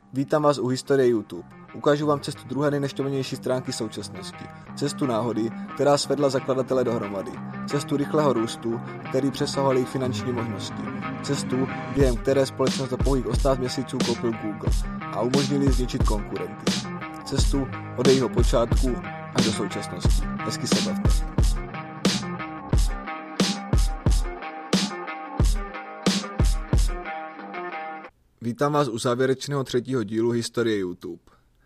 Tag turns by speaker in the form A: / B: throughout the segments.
A: Vítám vás u historie YouTube. Ukážu vám cestu druhé nejnešťovnější stránky současnosti. Cestu náhody, která svedla zakladatele dohromady. Cestu rychlého růstu, který přesahoval jejich finanční možnosti. Cestu, během které společnost za pouhých 18 měsíců koupil Google a umožnili zničit konkurenty. Cestu od jejího počátku až do současnosti. Hezky se bavte. Vítám vás u závěrečného 3. dílu historie YouTube.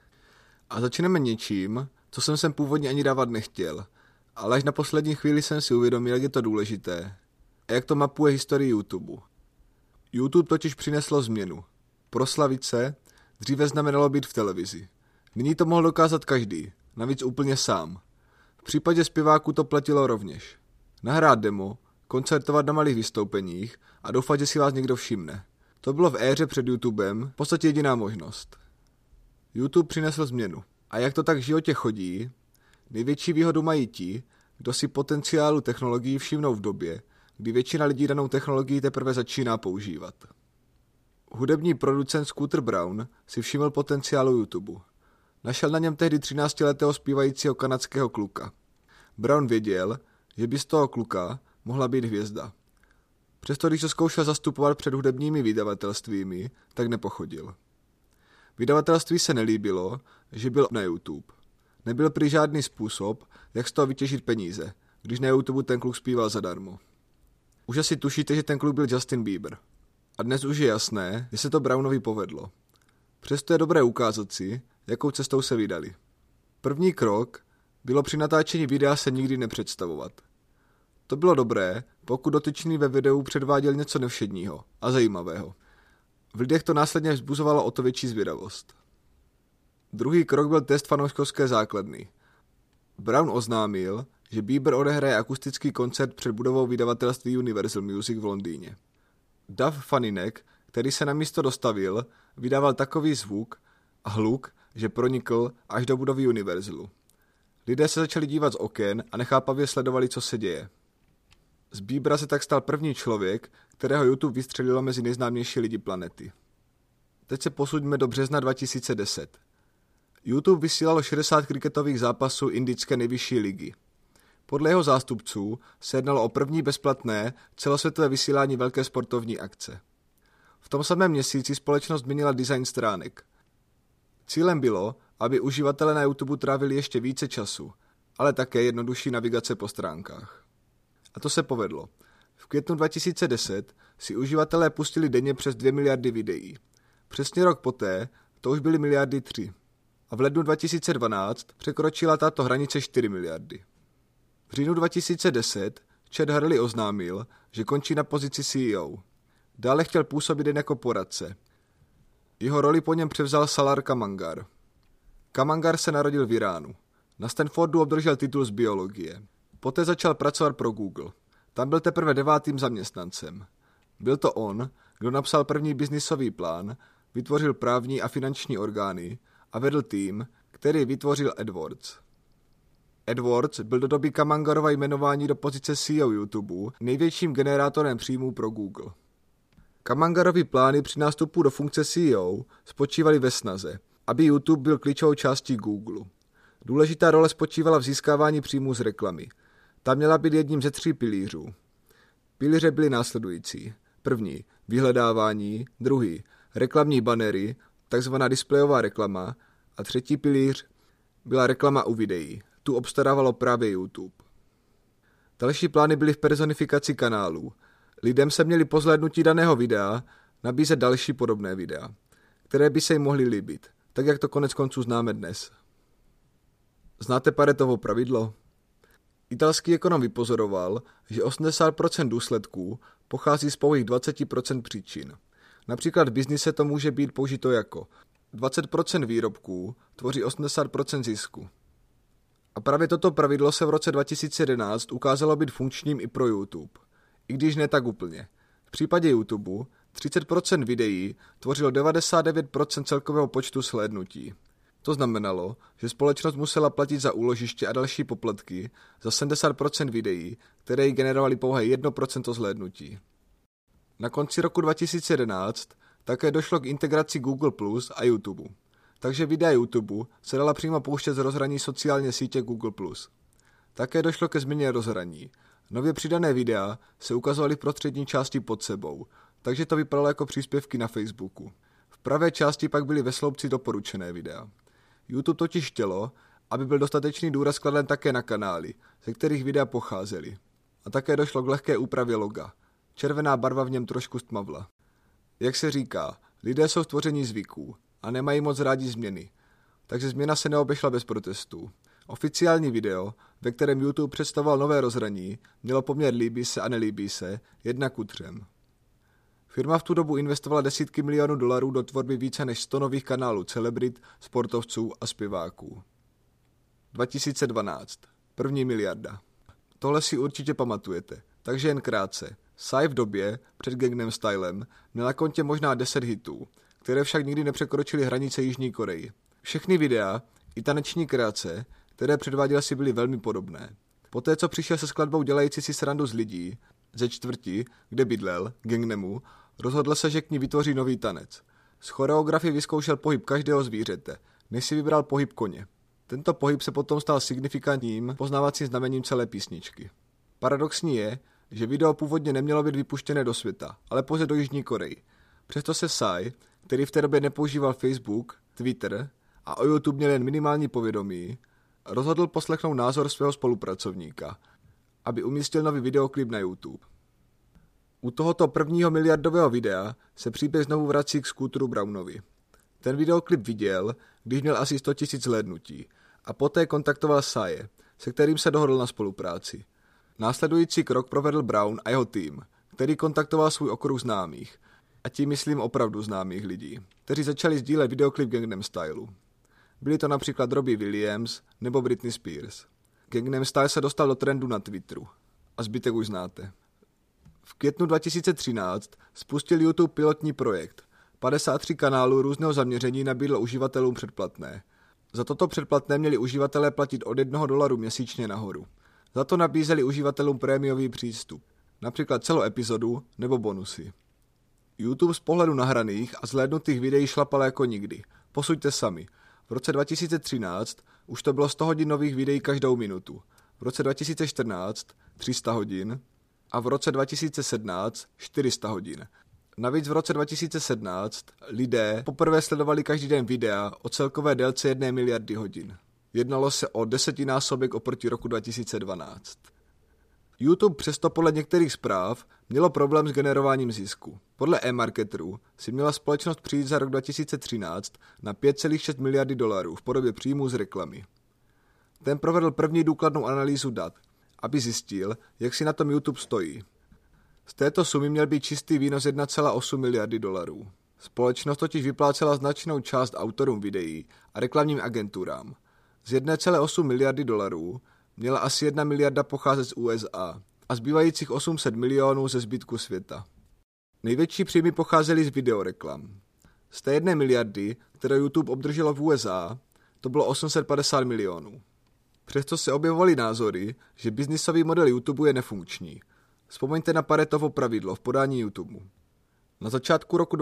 A: A začneme něčím, co jsem sem původně ani dávat nechtěl, ale až na poslední chvíli jsem si uvědomil, jak je to důležité a jak to mapuje historii YouTube. YouTube totiž přineslo změnu. Proslavit se dříve znamenalo být v televizi. Nyní to mohl dokázat každý, navíc úplně sám. V případě zpěváků to platilo rovněž. Nahrát demo, koncertovat na malých vystoupeních a doufat, že si vás někdo všimne. To bylo v éře před YouTubem v podstatě jediná možnost. YouTube přinesl změnu. A jak to tak v životě chodí, největší výhodu mají ti, kdo si potenciálu technologií všimnou v době, kdy většina lidí danou technologii teprve začíná používat. Hudební producent Scooter Braun si všiml potenciálu YouTube. Našel na něm tehdy 13letého zpívajícího kanadského kluka. Braun věděl, že by z toho kluka mohla být hvězda. Přesto když se zkoušel zastupovat před hudebními vydavatelstvími, tak nepochodil. Vydavatelství se nelíbilo, že byl na YouTube. Nebyl prý žádný způsob, jak z toho vytěžit peníze, když na YouTube ten kluk zpíval zadarmo. Už asi tušíte, že ten kluk byl Justin Bieber. A dnes už je jasné, že se to Brownovi povedlo. Přesto je dobré ukázat si, jakou cestou se vydali. První krok bylo při natáčení videa se nikdy nepředstavovat. To bylo dobré, pokud dotyčný ve videu předváděl něco nevšedního a zajímavého. V lidech to následně vzbuzovalo o to větší zvědavost. Druhý krok byl test fanouškovské základny. Braun oznámil, že Bieber odehraje akustický koncert před budovou vydavatelství Universal Music v Londýně. Duff Faninek, který se na místo dostavil, vydával takový zvuk a hluk, že pronikl až do budovy Universalu. Lidé se začali dívat z oken a nechápavě sledovali, co se děje. Z Biebera se tak stal první člověk, kterého YouTube vystřelilo mezi nejznámější lidi planety. Teď se posuňme do března 2010. YouTube vysílalo 60 kriketových zápasů indické nejvyšší ligy. Podle jeho zástupců se jednalo o první bezplatné celosvětové vysílání velké sportovní akce. V tom samém měsíci společnost změnila design stránek. Cílem bylo, aby uživatelé na YouTube trávili ještě více času, ale také jednodušší navigace po stránkách. A to se povedlo. V květnu 2010 si uživatelé pustili denně přes 2 miliardy videí. Přesně rok poté to už byly miliardy 3. A v lednu 2012 překročila tato hranice 4 miliardy. V říjnu 2010 Chad Hurley oznámil, že končí na pozici CEO. Dále chtěl působit jen jako poradce. Jeho roli po něm převzal Salar Kamangar. Kamangar se narodil v Iránu. Na Stanfordu obdržel titul z biologie. Poté začal pracovat pro Google. Tam byl teprve 9. zaměstnancem. Byl to on, kdo napsal první biznisový plán, vytvořil právní a finanční orgány a vedl tým, který vytvořil AdWords. AdWords byl do doby Kamangarova jmenování do pozice CEO YouTube největším generátorem příjmů pro Google. Kamangarovy plány při nástupu do funkce CEO spočívaly ve snaze, aby YouTube byl klíčovou částí Google. Důležitá role spočívala v získávání příjmů z reklamy. Ta měla být jedním ze 3 pilířů. Pilíře byly následující. První, vyhledávání, druhý, reklamní banery, takzvaná displejová reklama a třetí pilíř byla reklama u videí. Tu obstarávalo právě YouTube. Další plány byly v personifikaci kanálů. Lidem se měli po zhlédnutí daného videa nabízet další podobné videa, které by se jim mohly líbit, tak jak to konec konců známe dnes. Znáte Paretovo pravidlo? Italský ekonom vypozoroval, že 80% důsledků pochází z pouhých 20% příčin. Například v biznise to může být použito jako 20% výrobků tvoří 80% zisku. A právě toto pravidlo se v roce 2011 ukázalo být funkčním i pro YouTube. I když ne tak úplně. V případě YouTube 30% videí tvořilo 99% celkového počtu shlédnutí. To znamenalo, že společnost musela platit za úložiště a další poplatky za 70% videí, které jí generovaly pouhé 1% zhlédnutí. Na konci roku 2011 Také došlo k integraci Google Plus a YouTube. Takže videa YouTube se dala přímo pouštět z rozhraní sociální sítě Google Plus. Také došlo ke změně rozhraní. Nově přidané videa se ukazovaly v prostřední části pod sebou, takže to vypadalo jako příspěvky na Facebooku. V pravé části pak byly ve sloupci doporučené videa. YouTube totiž chtělo, aby byl dostatečný důraz kladen také na kanály, ze kterých videa pocházely. A také došlo k lehké úpravě loga. Červená barva v něm trošku stmavla. Jak se říká, lidé jsou stvoření zvyků a nemají moc rádi změny, takže změna se neobešla bez protestů. Oficiální video, ve kterém YouTube představoval nové rozhraní, mělo poměr líbí se a nelíbí se 1:3. Firma v tu dobu investovala desítky milionů dolarů do tvorby více než 100 nových kanálů celebrit, sportovců a zpěváků. 2012. 1. miliarda. Tohle si určitě pamatujete, takže jen krátce. Psy v době, před Gangnam Stylem, měl na kontě možná 10 hitů, které však nikdy nepřekročily hranice Jižní Koreji. Všechny videa i taneční kreace, které předváděl, si byly velmi podobné. Poté, co přišel se skladbou dělající si srandu z lidí, ze čtvrti, kde bydlel, Gangnamu, rozhodl se, že k ní vytvoří nový tanec. Z choreografie vyzkoušel pohyb každého zvířete, než si vybral pohyb koně. Tento pohyb se potom stal signifikantním poznávacím znamením celé písničky. Paradoxní je, že video původně nemělo být vypuštěné do světa, ale pouze do Jižní Koreji. Přesto se Psy, který v té době nepoužíval Facebook, Twitter a o YouTube měl jen minimální povědomí, rozhodl poslechnout názor svého spolupracovníka, aby umístil nový videoklip na YouTube. U tohoto 1. miliardového videa se příběh znovu vrací k Scooteru Brownovi. Ten videoklip viděl, když měl asi 100 000 zhlédnutí a poté kontaktoval Psy, se kterým se dohodl na spolupráci. Následující krok provedl Brown a jeho tým, který kontaktoval svůj okruh známých, a tím myslím opravdu známých lidí, kteří začali sdílet videoklip Gangnam Stylu. Byli to například Robbie Williams nebo Britney Spears. Gangnam Style se dostal do trendu na Twitteru. A zbytek už znáte. V květnu 2013 spustil YouTube pilotní projekt. 53 kanálů různého zaměření nabídlo uživatelům předplatné. Za toto předplatné měli uživatelé platit od $1 měsíčně nahoru. Za to nabízeli uživatelům prémiový přístup, například celou epizodu nebo bonusy. YouTube z pohledu nahraných a zhlédnutých videí šlapal jako nikdy. Posuďte sami. V roce 2013 už to bylo 100 hodin nových videí každou minutu. V roce 2014 300 hodin a v roce 2017 400 hodin. Navíc v roce 2017 lidé poprvé sledovali každý den videa o celkové délce 1 miliardy hodin. Jednalo se o 10násobek oproti roku 2012. YouTube přesto podle některých zpráv mělo problém s generováním zisku. Podle e-marketerů si měla společnost přijít za rok 2013 na 5,6 miliardy dolarů v podobě příjmů z reklamy. Ten provedl první důkladnou analýzu dat, aby zjistil, jak si na tom YouTube stojí. Z této sumy měl být čistý výnos 1,8 miliardy dolarů. Společnost totiž vyplácela značnou část autorům videí a reklamním agenturám. Z 1,8 miliardy dolarů měla asi 1 miliarda pocházet z USA a zbývajících 800 milionů ze zbytku světa. Největší příjmy pocházely z videoreklam. Z té 1 miliardy, kterou YouTube obdrželo v USA, to bylo 850 milionů. Přesto se objevovaly názory, že biznisový model YouTube je nefunkční. Vzpomeňte na Paretovo pravidlo v podání YouTube. Na začátku roku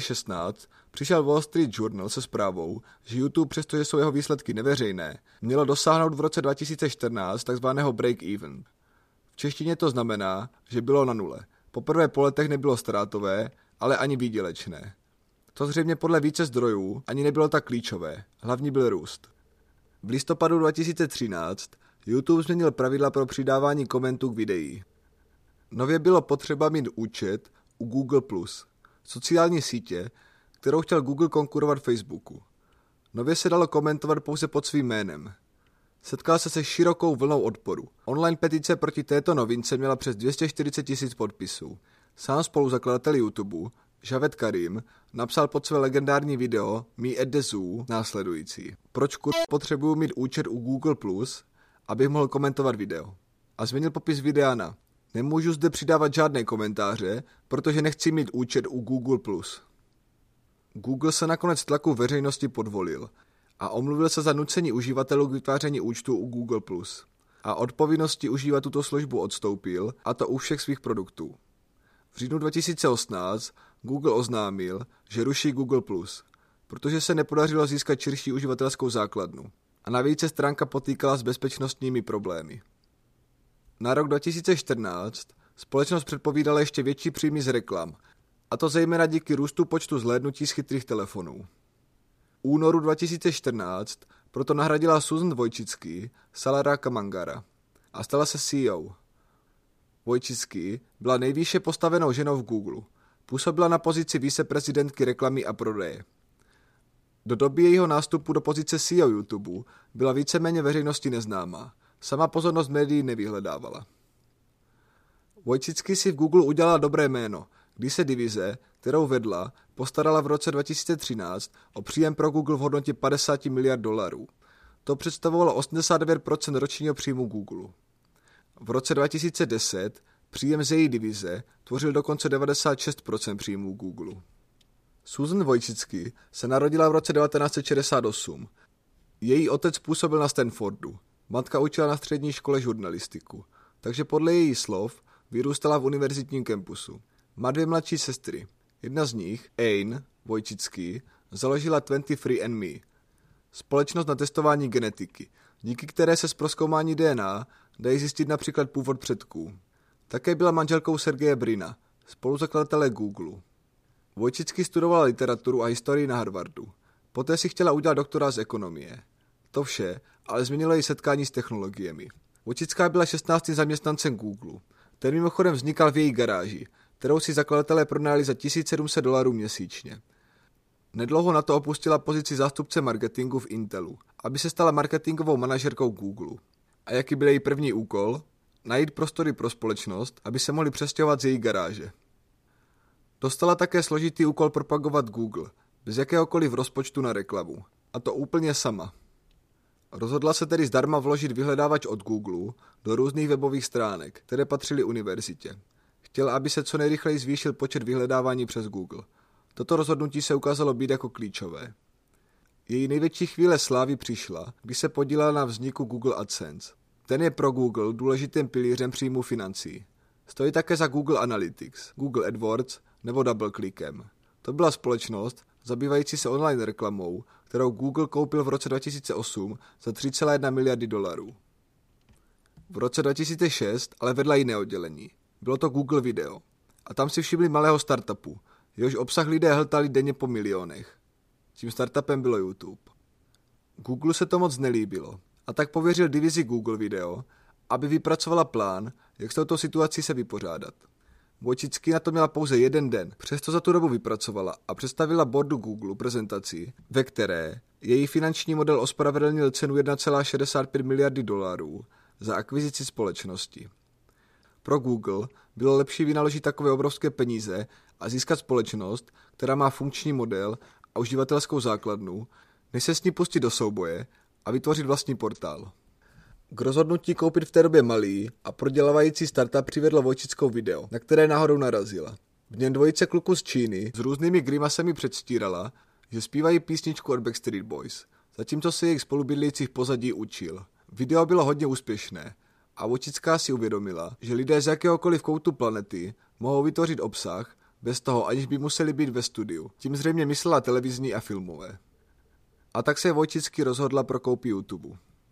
A: 2016 přišel Wall Street Journal se zprávou, že YouTube, přestože jsou jeho výsledky neveřejné, mělo dosáhnout v roce 2014 takzvaného break-even. V češtině to znamená, že bylo na nule. Poprvé po letech nebylo ztrátové, ale ani výdělečné. To zřejmě podle více zdrojů ani nebylo tak klíčové, hlavní byl růst. V listopadu 2013 YouTube změnil pravidla pro přidávání komentů k videí. Nově bylo potřeba mít účet u Google+, sociální sítě, kterou chtěl Google konkurovat Facebooku. Nově se dalo komentovat pouze pod svým jménem. Setkal se širokou vlnou odporu. Online petice proti této novince měla přes 240 000 podpisů. Sám spoluzakladatel YouTube, Javed Karim, napsal pod své legendární video Me at the Zoo následující. Proč potřebuju mít účet u Google+, abych mohl komentovat video? A změnil popis videa na: nemůžu zde přidávat žádné komentáře, protože nechci mít účet u Google+. Google se nakonec tlaku veřejnosti podvolil a omluvil se za nucení uživatelů k vytváření účtu u Google+. A od povinnosti užívat tuto službu odstoupil, a to u všech svých produktů. V říjnu 2018 Google oznámil, že ruší Google+, protože se nepodařilo získat širší uživatelskou základnu. A navíc se stránka potýkala s bezpečnostními problémy. Na rok 2014 společnost předpovídala ještě větší příjmy z reklam, a to zejména díky růstu počtu zhlédnutí z chytrých telefonů. V únoru 2014 proto nahradila Susan Wojcicki Salara Kamangara a stala se CEO. Wojcicki byla nejvýše postavenou ženou v Google. Působila na pozici viceprezidentky reklamy a prodeje. Do doby jejího nástupu do pozice CEO YouTube byla víceméně veřejnosti neznámá. Sama pozornost médií nevyhledávala. Wojcicki si v Google udělala dobré jméno, když se divize, kterou vedla, postarala v roce 2013 o příjem pro Google v hodnotě $50 miliard. To představovalo 89% ročního příjmu Google. V roce 2010 příjem z její divize tvořil dokonce 96% příjmů Google. Susan Wojcicki se narodila v roce 1968. Její otec působil na Stanfordu. Matka učila na střední škole žurnalistiku, takže podle její slov vyrůstala v univerzitním kampusu. Má 2 mladší sestry. Jedna z nich, Anne Wojcicki, založila 23andMe, společnost na testování genetiky, díky které se z prozkoumání DNA dají zjistit například původ předků. Také byla manželkou Sergeje Brina, spoluzakladatele Google. Wojcicki studovala literaturu a historii na Harvardu. Poté si chtěla udělat doktora z ekonomie. To vše ale změnilo její setkání s technologiemi. Wojcická byla 16. zaměstnancem Google. Ten mimochodem vznikal v její garáži, kterou si zakladatelé pronajali za $1700 měsíčně. Nedlouho na to opustila pozici zástupce marketingu v Intelu, aby se stala marketingovou manažerkou Google. A jaký byl její první úkol? Najít prostory pro společnost, aby se mohli přestěhovat z její garáže. Dostala také složitý úkol propagovat Google, bez jakéhokoliv rozpočtu na reklamu. A to úplně sama. Rozhodla se tedy zdarma vložit vyhledávač od Google do různých webových stránek, které patřily univerzitě. Chtěla, aby se co nejrychleji zvýšil počet vyhledávání přes Google. Toto rozhodnutí se ukázalo být jako klíčové. Její největší chvíle slávy přišla, když se podílela na vzniku Google AdSense. Ten je pro Google důležitým pilířem příjmu financí. Stojí také za Google Analytics, Google AdWords nebo DoubleClickem. To byla společnost zabývající se online reklamou, kterou Google koupil v roce 2008 za $3,1 miliardy. V roce 2006 ale vedla jiné oddělení. Bylo to Google Video. A tam si všimli malého startupu, jehož obsah lidé hltali denně po milionech. Tím startupem bylo YouTube. Google se to moc nelíbilo a tak pověřil divizi Google Video, aby vypracovala plán, jak s touto situací se vypořádat. Wojcicki na to měla pouze 1 den, přesto za tu dobu vypracovala a představila boardu Google prezentaci, ve které její finanční model ospravedlnil cenu $1,65 miliardy za akvizici společnosti. Pro Google bylo lepší vynaložit takové obrovské peníze a získat společnost, která má funkční model a uživatelskou základnu, než se s ní pustit do souboje a vytvořit vlastní portál. K rozhodnutí koupit v té době malý a prodělávající startup přivedlo Wojcickou Video, na které náhodou narazila. V něm dvojice kluků z Číny s různými grimasemi předstírala, že zpívají písničku od Backstreet Boys, zatímco se jejich spolubydlící v pozadí učil. Video bylo hodně úspěšné a Wojcická si uvědomila, že lidé z jakéhokoliv koutu planety mohou vytvořit obsah bez toho, aniž by museli být ve studiu. Tím zřejmě myslela televizní a filmové. A tak se Wojcicki rozhodla pro koupi YouTube.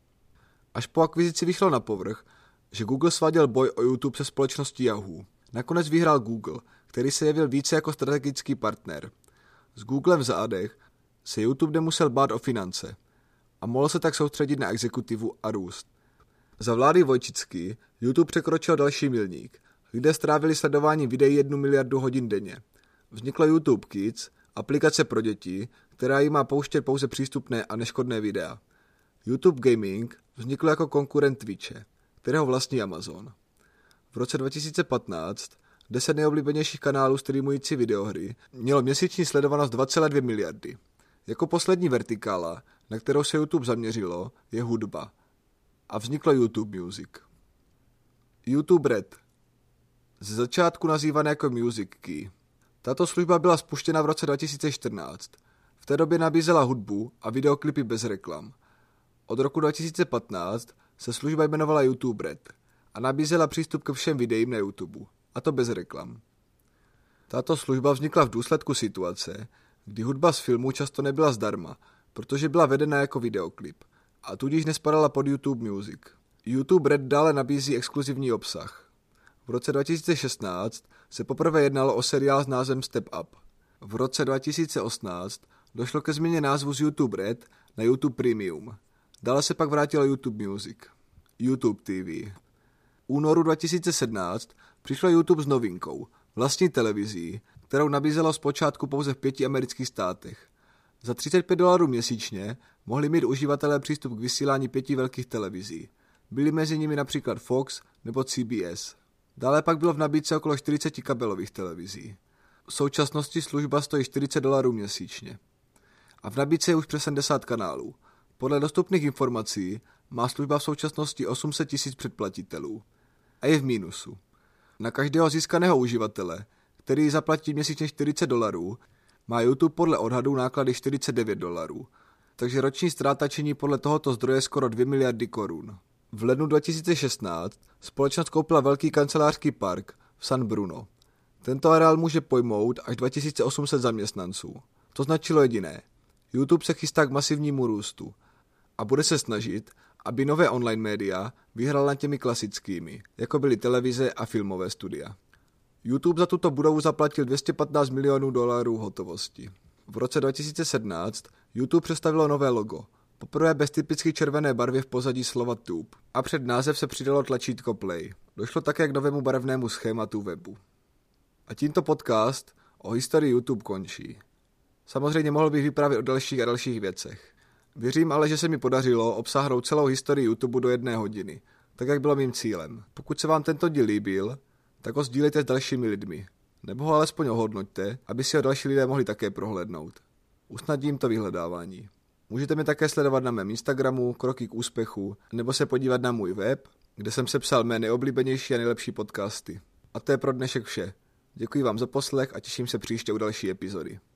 A: Až po akvizici vyšlo na povrch, že Google sváděl boj o YouTube se společností Yahoo. Nakonec vyhrál Google, který se jevil více jako strategický partner. S Googlem v zádech se YouTube nemusel bát o finance a mohl se tak soustředit na exekutivu a růst. Za vlády Wojcicki YouTube překročil další milník. Lidé strávili sledováním videí 1 miliardu hodin denně. Vzniklo YouTube Kids, aplikace pro děti, která jim má pouštět pouze přístupné a neškodné videa. YouTube Gaming vznikl jako konkurent Twitche, kterého vlastní Amazon. V roce 2015 10 nejoblíbenějších kanálů streamující videohry mělo měsíční sledovanost 2,2 miliardy. Jako poslední vertikála, na kterou se YouTube zaměřilo, je hudba. A vzniklo YouTube Music. YouTube Red, ze začátku nazývané jako Music Key. Tato služba byla spuštěna v roce 2014. V té době nabízela hudbu a videoklipy bez reklam. Od roku 2015 se služba jmenovala YouTube Red a nabízela přístup ke všem videím na YouTube, a to bez reklam. Tato služba vznikla v důsledku situace, kdy hudba z filmů často nebyla zdarma, protože byla vedena jako videoklip a tudíž nespadala pod YouTube Music. YouTube Red dále nabízí exkluzivní obsah. V roce 2016 se poprvé jednalo o seriál s názvem Step Up. V roce 2018 došlo ke změně názvu z YouTube Red na YouTube Premium. Dále se pak vrátilo YouTube Music, YouTube TV. V únoru 2017 přišlo YouTube s novinkou, vlastní televizí, kterou nabízelo zpočátku pouze v 5 amerických státech. Za $35 měsíčně mohli mít uživatelé přístup k vysílání 5 velkých televizí. Byly mezi nimi například Fox nebo CBS. Dále pak bylo v nabídce okolo 40 kabelových televizí. V současnosti služba stojí $40 měsíčně. A v nabídce je už přes 70 kanálů. Podle dostupných informací má služba v současnosti 800 000 předplatitelů. A je v mínusu. Na každého získaného uživatele, který zaplatí měsíčně $40, má YouTube podle odhadů náklady $49. Takže roční ztráta činí podle tohoto zdroje skoro 2 miliardy korun. V lednu 2016 společnost koupila velký kancelářský park v San Bruno. Tento areál může pojmout až 2800 zaměstnanců. To značilo jediné. YouTube se chystá k masivnímu růstu a bude se snažit, aby nové online média vyhrál nad těmi klasickými, jako byly televize a filmové studia. YouTube za tuto budovu zaplatil $215 milionů hotovosti. V roce 2017 YouTube představilo nové logo, poprvé bez typické červené barvy v pozadí slova Tube, a před název se přidalo tlačítko Play. Došlo také k novému barevnému schématu webu. A tímto podcast o historii YouTube končí. Samozřejmě mohl bych vyprávět o dalších a dalších věcech. Věřím ale, že se mi podařilo obsáhnout celou historii YouTube do 1 hodiny, tak jak bylo mým cílem. Pokud se vám tento díl líbil, tak ho sdílejte s dalšími lidmi, nebo ho alespoň ohodnoťte, aby si ho další lidé mohli také prohlédnout. Usnadním to vyhledávání. Můžete mě také sledovat na mém Instagramu Kroky k úspěchu, nebo se podívat na můj web, kde jsem sepsal mé nejoblíbenější a nejlepší podcasty. A to je pro dnešek vše. Děkuji vám za poslech a těším se příště u další epizody.